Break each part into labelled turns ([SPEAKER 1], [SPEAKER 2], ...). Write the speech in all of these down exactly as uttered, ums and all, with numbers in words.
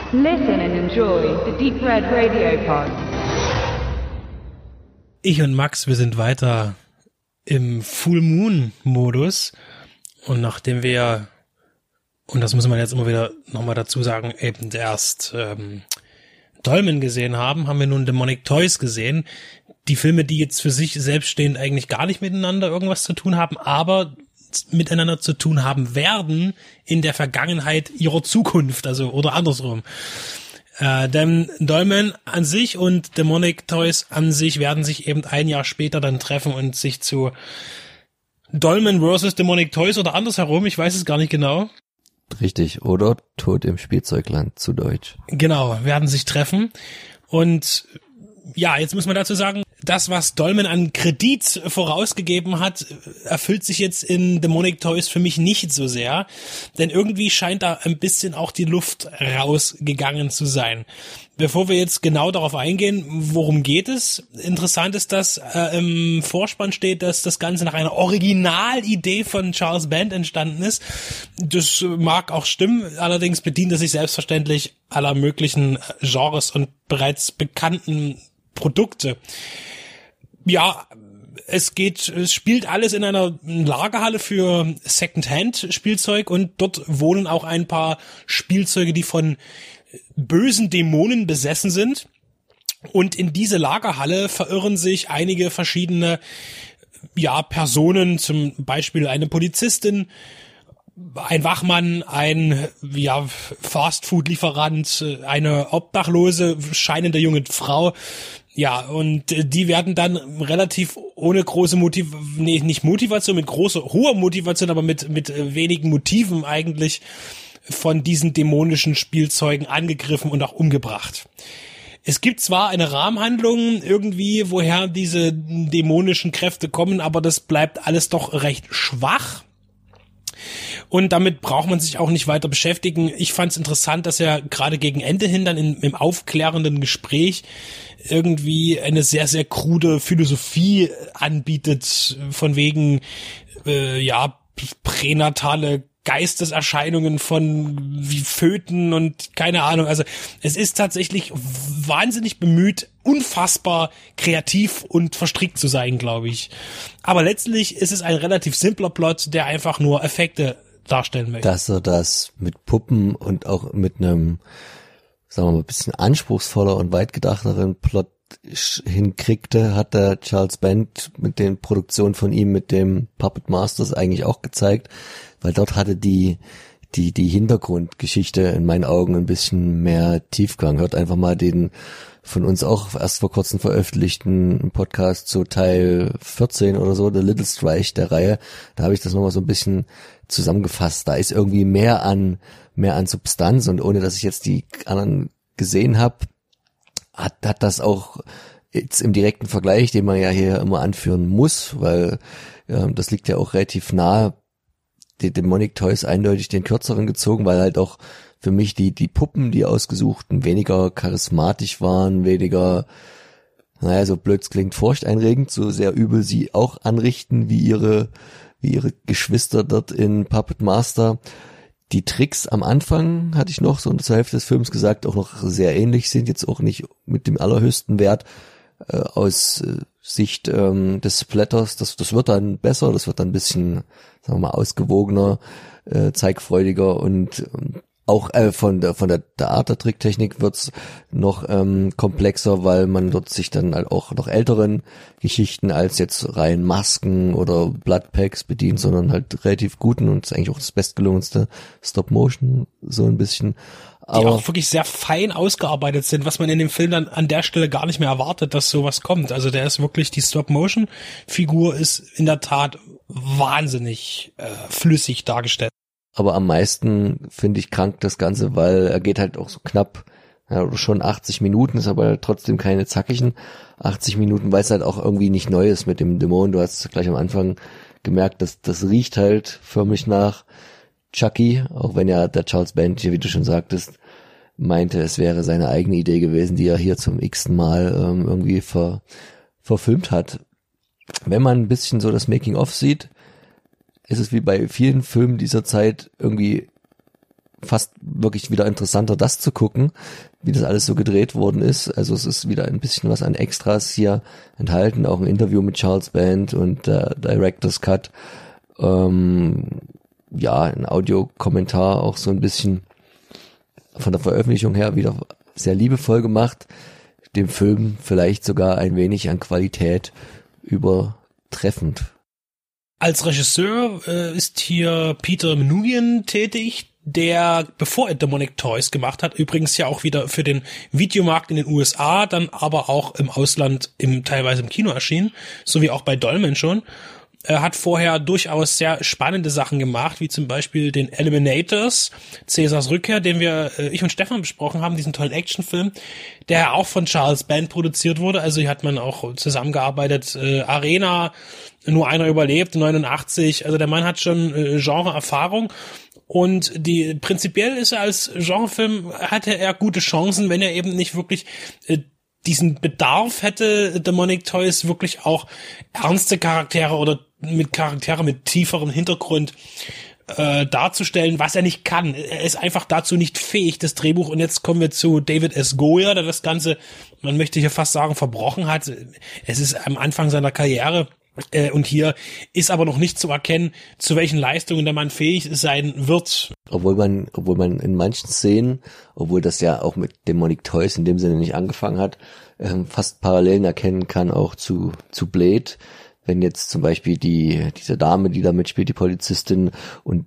[SPEAKER 1] Listen and enjoy the Deep Red Radio Pod.
[SPEAKER 2] Ich und Max, wir sind weiter im Full Moon Modus und nachdem wir, und das muss man jetzt immer wieder nochmal dazu sagen, eben erst ähm, Dolmen gesehen haben, haben wir nun Demonic Toys gesehen. Die Filme, die jetzt für sich selbststehend eigentlich gar nicht miteinander irgendwas zu tun haben, aber miteinander zu tun haben werden in der Vergangenheit ihrer Zukunft, also oder andersrum. Äh, denn Dolmen an sich und Demonic Toys an sich werden sich eben ein Jahr später dann treffen und sich zu Dolmen versus Demonic Toys oder andersherum, ich weiß es gar nicht genau.
[SPEAKER 3] Richtig, oder Tod im Spielzeugland zu Deutsch.
[SPEAKER 2] Genau, werden sich treffen und ja, jetzt muss man dazu sagen, das, was Dolmen an Kredit vorausgegeben hat, erfüllt sich jetzt in Demonic Toys für mich nicht so sehr, denn irgendwie scheint da ein bisschen auch die Luft rausgegangen zu sein. Bevor wir jetzt genau darauf eingehen, worum geht es, interessant ist, dass äh, im Vorspann steht, dass das Ganze nach einer Originalidee von Charles Band entstanden ist. Das mag auch stimmen, allerdings bedient er sich selbstverständlich aller möglichen Genres und bereits bekannten Produkte. Ja, es geht, es spielt alles in einer Lagerhalle für Secondhand-Spielzeug und dort wohnen auch ein paar Spielzeuge, die von bösen Dämonen besessen sind. Und in diese Lagerhalle verirren sich einige verschiedene, ja, Personen, zum Beispiel eine Polizistin, ein Wachmann, ein, ja, Fastfood-Lieferant, eine obdachlose, scheinende junge Frau. Ja, und die werden dann relativ ohne große Motiv, nee, nicht Motivation, mit großer, hoher Motivation, aber mit, mit wenigen Motiven eigentlich von diesen dämonischen Spielzeugen angegriffen und auch umgebracht. Es gibt zwar eine Rahmenhandlung irgendwie, woher diese dämonischen Kräfte kommen, aber das bleibt alles doch recht schwach. Und damit braucht man sich auch nicht weiter beschäftigen. Ich fand es interessant, dass er gerade gegen Ende hin dann in, im aufklärenden Gespräch irgendwie eine sehr, sehr krude Philosophie anbietet, von wegen, äh, ja, pränatale Geisteserscheinungen von wie Föten und keine Ahnung. Also es ist tatsächlich wahnsinnig bemüht, unfassbar kreativ und verstrickt zu sein, glaube ich. Aber letztlich ist es ein relativ simpler Plot, der einfach nur Effekte darstellen möchte.
[SPEAKER 3] Dass er das mit Puppen und auch mit einem, sagen wir mal, ein bisschen anspruchsvoller und weitgedachteren Plot hinkriegte, hat der Charles Band mit den Produktionen von ihm, mit dem Puppet Masters eigentlich auch gezeigt, weil dort hatte die die die Hintergrundgeschichte in meinen Augen ein bisschen mehr Tiefgang. Hört einfach mal den von uns auch erst vor kurzem veröffentlichten Podcast zu Teil vierzehn oder so, The Little Streich der Reihe. Da habe ich das nochmal so ein bisschen zusammengefasst. Da ist irgendwie mehr an mehr an Substanz und ohne dass ich jetzt die anderen gesehen habe, hat hat das auch jetzt im direkten Vergleich, den man ja hier immer anführen muss, weil äh, das liegt ja auch relativ nahe, die Demonic Toys eindeutig den kürzeren gezogen, weil halt auch für mich die die Puppen, die ausgesuchten, weniger charismatisch waren, weniger, naja, so blöd es klingt, furchteinregend, so sehr übel sie auch anrichten, wie ihre wie ihre Geschwister dort in Puppet Master. Die Tricks am Anfang, hatte ich noch so zur Hälfte des Films gesagt, auch noch sehr ähnlich sind, jetzt auch nicht mit dem allerhöchsten Wert äh, aus äh, Sicht ähm, des Splatters. Das, das wird dann besser, das wird dann ein bisschen, sagen wir mal, ausgewogener, äh, zeigfreudiger und ähm, auch äh, von der von der, der Art der Tricktechnik wird's noch ähm, komplexer, weil man dort sich dann halt auch noch älteren Geschichten als jetzt rein Masken oder Bloodpacks bedient, sondern halt relativ guten und ist eigentlich auch das bestgelungenste Stop-Motion so ein bisschen. Aber
[SPEAKER 2] die auch wirklich sehr fein ausgearbeitet sind, was man in dem Film dann an der Stelle gar nicht mehr erwartet, dass sowas kommt. Also der ist wirklich, die Stop-Motion-Figur ist in der Tat wahnsinnig äh, flüssig dargestellt.
[SPEAKER 3] Aber am meisten finde ich krank das Ganze, weil er geht halt auch so knapp, ja, schon achtzig Minuten, ist aber trotzdem keine zackigen achtzig Minuten, weil es halt auch irgendwie nicht neu ist mit dem Dämon. Du hast gleich am Anfang gemerkt, dass das riecht halt förmlich nach Chucky, auch wenn ja der Charles Band hier, wie du schon sagtest, meinte, es wäre seine eigene Idee gewesen, die er hier zum x-ten Mal ähm, irgendwie ver, verfilmt hat. Wenn man ein bisschen so das Making-of sieht, ist es wie bei vielen Filmen dieser Zeit irgendwie fast wirklich wieder interessanter, das zu gucken, wie das alles so gedreht worden ist. Also es ist wieder ein bisschen was an Extras hier enthalten, auch ein Interview mit Charles Band und der Director's Cut. Ähm, ja, ein Audiokommentar auch so ein bisschen von der Veröffentlichung her wieder sehr liebevoll gemacht, dem Film vielleicht sogar ein wenig an Qualität übertreffend.
[SPEAKER 2] Als Regisseur äh, ist hier Peter Manoogian tätig, der, bevor er Demonic Toys gemacht hat, übrigens ja auch wieder für den Videomarkt in den U S A, dann aber auch im Ausland im teilweise im Kino erschienen, so wie auch bei Dolmen schon. Er hat vorher durchaus sehr spannende Sachen gemacht, wie zum Beispiel den Eliminators, Cäsars Rückkehr, den wir, äh, ich und Stefan besprochen haben, diesen tollen Actionfilm, der ja auch von Charles Band produziert wurde. Also hier hat man auch zusammengearbeitet. Äh, Arena, nur einer überlebt, neunundachtzig. Also der Mann hat schon äh, Genre-Erfahrung. Und die prinzipiell ist er als Genrefilm, hatte er gute Chancen, wenn er eben nicht wirklich äh, diesen Bedarf hätte, Demonic Toys wirklich auch ernste Charaktere oder mit Charaktere mit tieferem Hintergrund äh, darzustellen, was er nicht kann. Er ist einfach dazu nicht fähig, das Drehbuch. Und jetzt kommen wir zu David S. Goyer, der das Ganze, man möchte hier fast sagen, verbrochen hat. Es ist am Anfang seiner Karriere. Äh, und hier ist aber noch nicht zu erkennen, zu welchen Leistungen der Mann fähig sein wird.
[SPEAKER 3] Obwohl man, obwohl man in manchen Szenen, obwohl das ja auch mit Demonic Toys in dem Sinne nicht angefangen hat, ähm, fast Parallelen erkennen kann auch zu zu Blade. Wenn jetzt zum Beispiel die diese Dame, die da mitspielt, die Polizistin und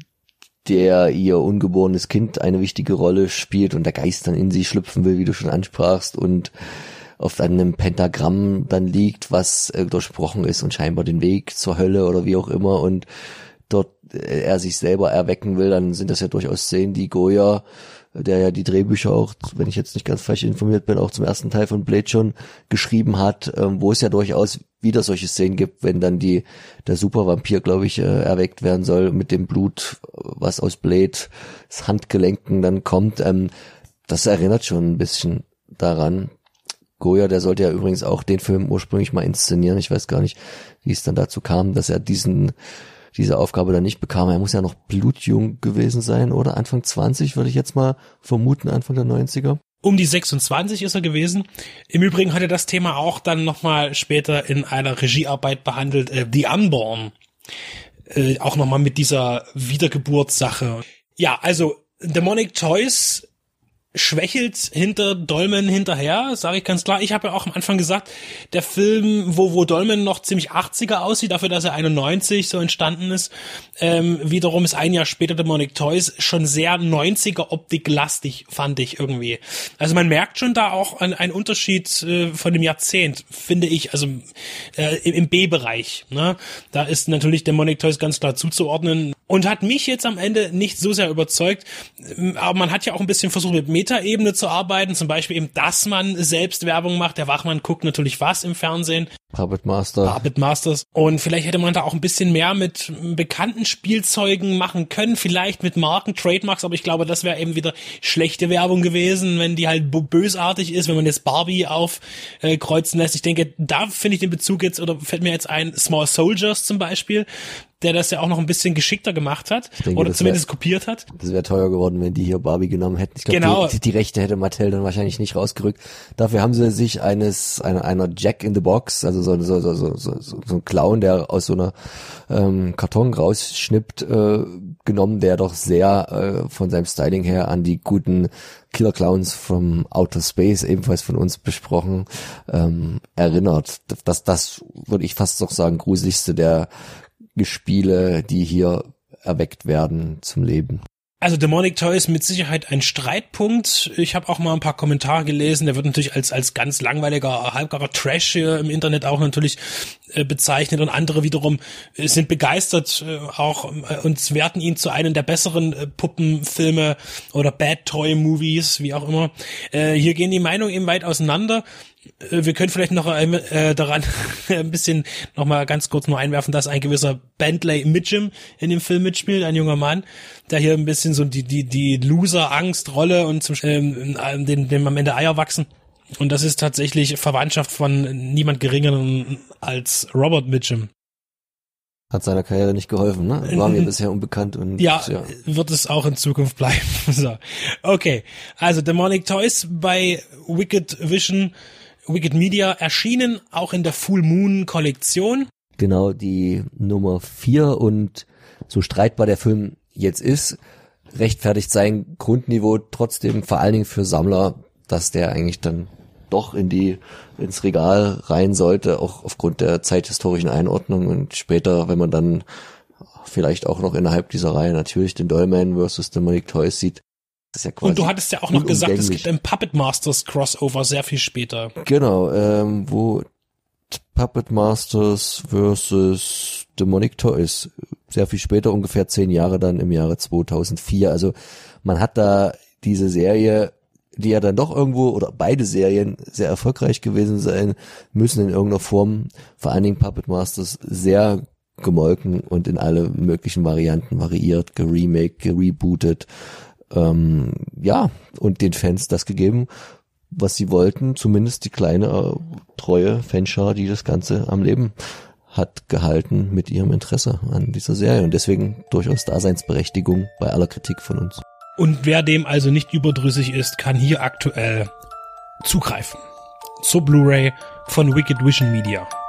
[SPEAKER 3] der ihr ungeborenes Kind eine wichtige Rolle spielt und der Geist dann in sie schlüpfen will, wie du schon ansprachst, und auf einem Pentagramm dann liegt, was äh, durchbrochen ist und scheinbar den Weg zur Hölle oder wie auch immer und dort äh, er sich selber erwecken will, dann sind das ja durchaus Szenen, die Goyer, der ja die Drehbücher auch, wenn ich jetzt nicht ganz falsch informiert bin, auch zum ersten Teil von Blade schon geschrieben hat, ähm, wo es ja durchaus wieder solche Szenen gibt, wenn dann die der Supervampir, glaube ich, äh, erweckt werden soll mit dem Blut, was aus Blades Handgelenken dann kommt. Ähm, das erinnert schon ein bisschen daran. Goyer, der sollte ja übrigens auch den Film ursprünglich mal inszenieren. Ich weiß gar nicht, wie es dann dazu kam, dass er diesen diese Aufgabe dann nicht bekam. Er muss ja noch blutjung gewesen sein, oder? Anfang zwanzig, würde ich jetzt mal vermuten, Anfang der neunziger.
[SPEAKER 2] Um die sechsundzwanzig ist er gewesen. Im Übrigen hat er das Thema auch dann nochmal später in einer Regiearbeit behandelt, äh, The Unborn. Äh, auch nochmal mit dieser Wiedergeburtssache. Ja, also Demonic Toys schwächelt hinter Dolmen hinterher, sage ich ganz klar. Ich habe ja auch am Anfang gesagt, der Film, wo wo Dolmen noch ziemlich achtziger aussieht, dafür, dass er einundneunzig so entstanden ist, ähm, wiederum ist ein Jahr später Demonic Toys schon sehr neunziger Optik-lastig, fand ich irgendwie. Also man merkt schon da auch einen, einen Unterschied äh, von dem Jahrzehnt, finde ich, also äh, im, im B-Bereich. Ne? Da ist natürlich Demonic Toys ganz klar zuzuordnen und hat mich jetzt am Ende nicht so sehr überzeugt, aber man hat ja auch ein bisschen versucht, mit Metaebene zu arbeiten, zum Beispiel eben, dass man selbst Werbung macht. Der Wachmann guckt natürlich was im Fernsehen.
[SPEAKER 3] Puppet Master.
[SPEAKER 2] Puppet Masters. Und vielleicht hätte man da auch ein bisschen mehr mit bekannten Spielzeugen machen können, vielleicht mit Marken, Trademarks, aber ich glaube, das wäre eben wieder schlechte Werbung gewesen, wenn die halt bösartig ist, wenn man jetzt Barbie aufkreuzen äh, lässt. Ich denke, da finde ich den Bezug jetzt, oder fällt mir jetzt ein, Small Soldiers zum Beispiel, der das ja auch noch ein bisschen geschickter gemacht hat, denke, oder zumindest wär, kopiert hat.
[SPEAKER 3] Das wäre teuer geworden, wenn die hier Barbie genommen hätten. Ich glaube,
[SPEAKER 2] genau.
[SPEAKER 3] die, die Rechte hätte Mattel dann wahrscheinlich nicht rausgerückt. Dafür haben sie sich eines einer, einer Jack in the Box, also so, so, so, so, so, so ein Clown, der aus so einer ähm, Karton rausschnippt, äh, genommen, der doch sehr äh, von seinem Styling her an die guten Killer Clowns from Outer Space, ebenfalls von uns besprochen, ähm, erinnert. Das, das würde ich fast doch sagen, gruseligste der Spiele, die hier erweckt werden zum Leben.
[SPEAKER 2] Also Demonic Toys mit Sicherheit ein Streitpunkt. Ich habe auch mal ein paar Kommentare gelesen. Der wird natürlich als als ganz langweiliger, halbgarer Trash hier im Internet auch natürlich äh, bezeichnet. Und andere wiederum äh, sind begeistert äh, auch äh, und werten ihn zu einem der besseren äh, Puppenfilme oder Bad Toy Movies, wie auch immer. Äh, hier gehen die Meinungen eben weit auseinander. Wir können vielleicht noch äh, daran ein bisschen noch mal ganz kurz nur einwerfen, dass ein gewisser Bentley Mitchum in dem Film mitspielt, ein junger Mann, der hier ein bisschen so die die die Loser-Angst-Rolle und zum, ähm, den dem am Ende Eier wachsen. Und das ist tatsächlich Verwandtschaft von niemand Geringeren als Robert Mitchum.
[SPEAKER 3] Hat seiner Karriere nicht geholfen, ne? War mir bisher unbekannt und
[SPEAKER 2] ja,
[SPEAKER 3] ja,
[SPEAKER 2] wird es auch in Zukunft bleiben. So. Okay, also Demonic Toys bei Wicked Vision, Wicked Media erschienen, auch in der Full Moon Kollektion.
[SPEAKER 3] Genau, die Nummer vier, und so streitbar der Film jetzt ist, rechtfertigt sein Grundniveau trotzdem vor allen Dingen für Sammler, dass der eigentlich dann doch in die ins Regal rein sollte, auch aufgrund der zeithistorischen Einordnung, und später, wenn man dann vielleicht auch noch innerhalb dieser Reihe natürlich den Dollman versus Demonic Toys sieht, das ist ja quasi.
[SPEAKER 2] Und du hattest ja auch noch gesagt, es gibt ein Puppet Masters Crossover sehr viel später.
[SPEAKER 3] Genau, ähm, wo Puppet Masters versus Demonic Toys sehr viel später, ungefähr zehn Jahre dann im Jahre zweitausendvier. Also man hat da diese Serie, die ja dann doch irgendwo, oder beide Serien sehr erfolgreich gewesen sein müssen in irgendeiner Form, vor allen Dingen Puppet Masters, sehr gemolken und in alle möglichen Varianten variiert, geremake, gerebootet, ähm, ja, und den Fans das gegeben, was sie wollten, zumindest die kleine, äh, treue Fanschar, die das Ganze am Leben hat gehalten mit ihrem Interesse an dieser Serie, und deswegen durchaus Daseinsberechtigung bei aller Kritik von uns.
[SPEAKER 2] Und wer dem also nicht überdrüssig ist, kann hier aktuell zugreifen zur Blu-ray von Wicked Vision Media.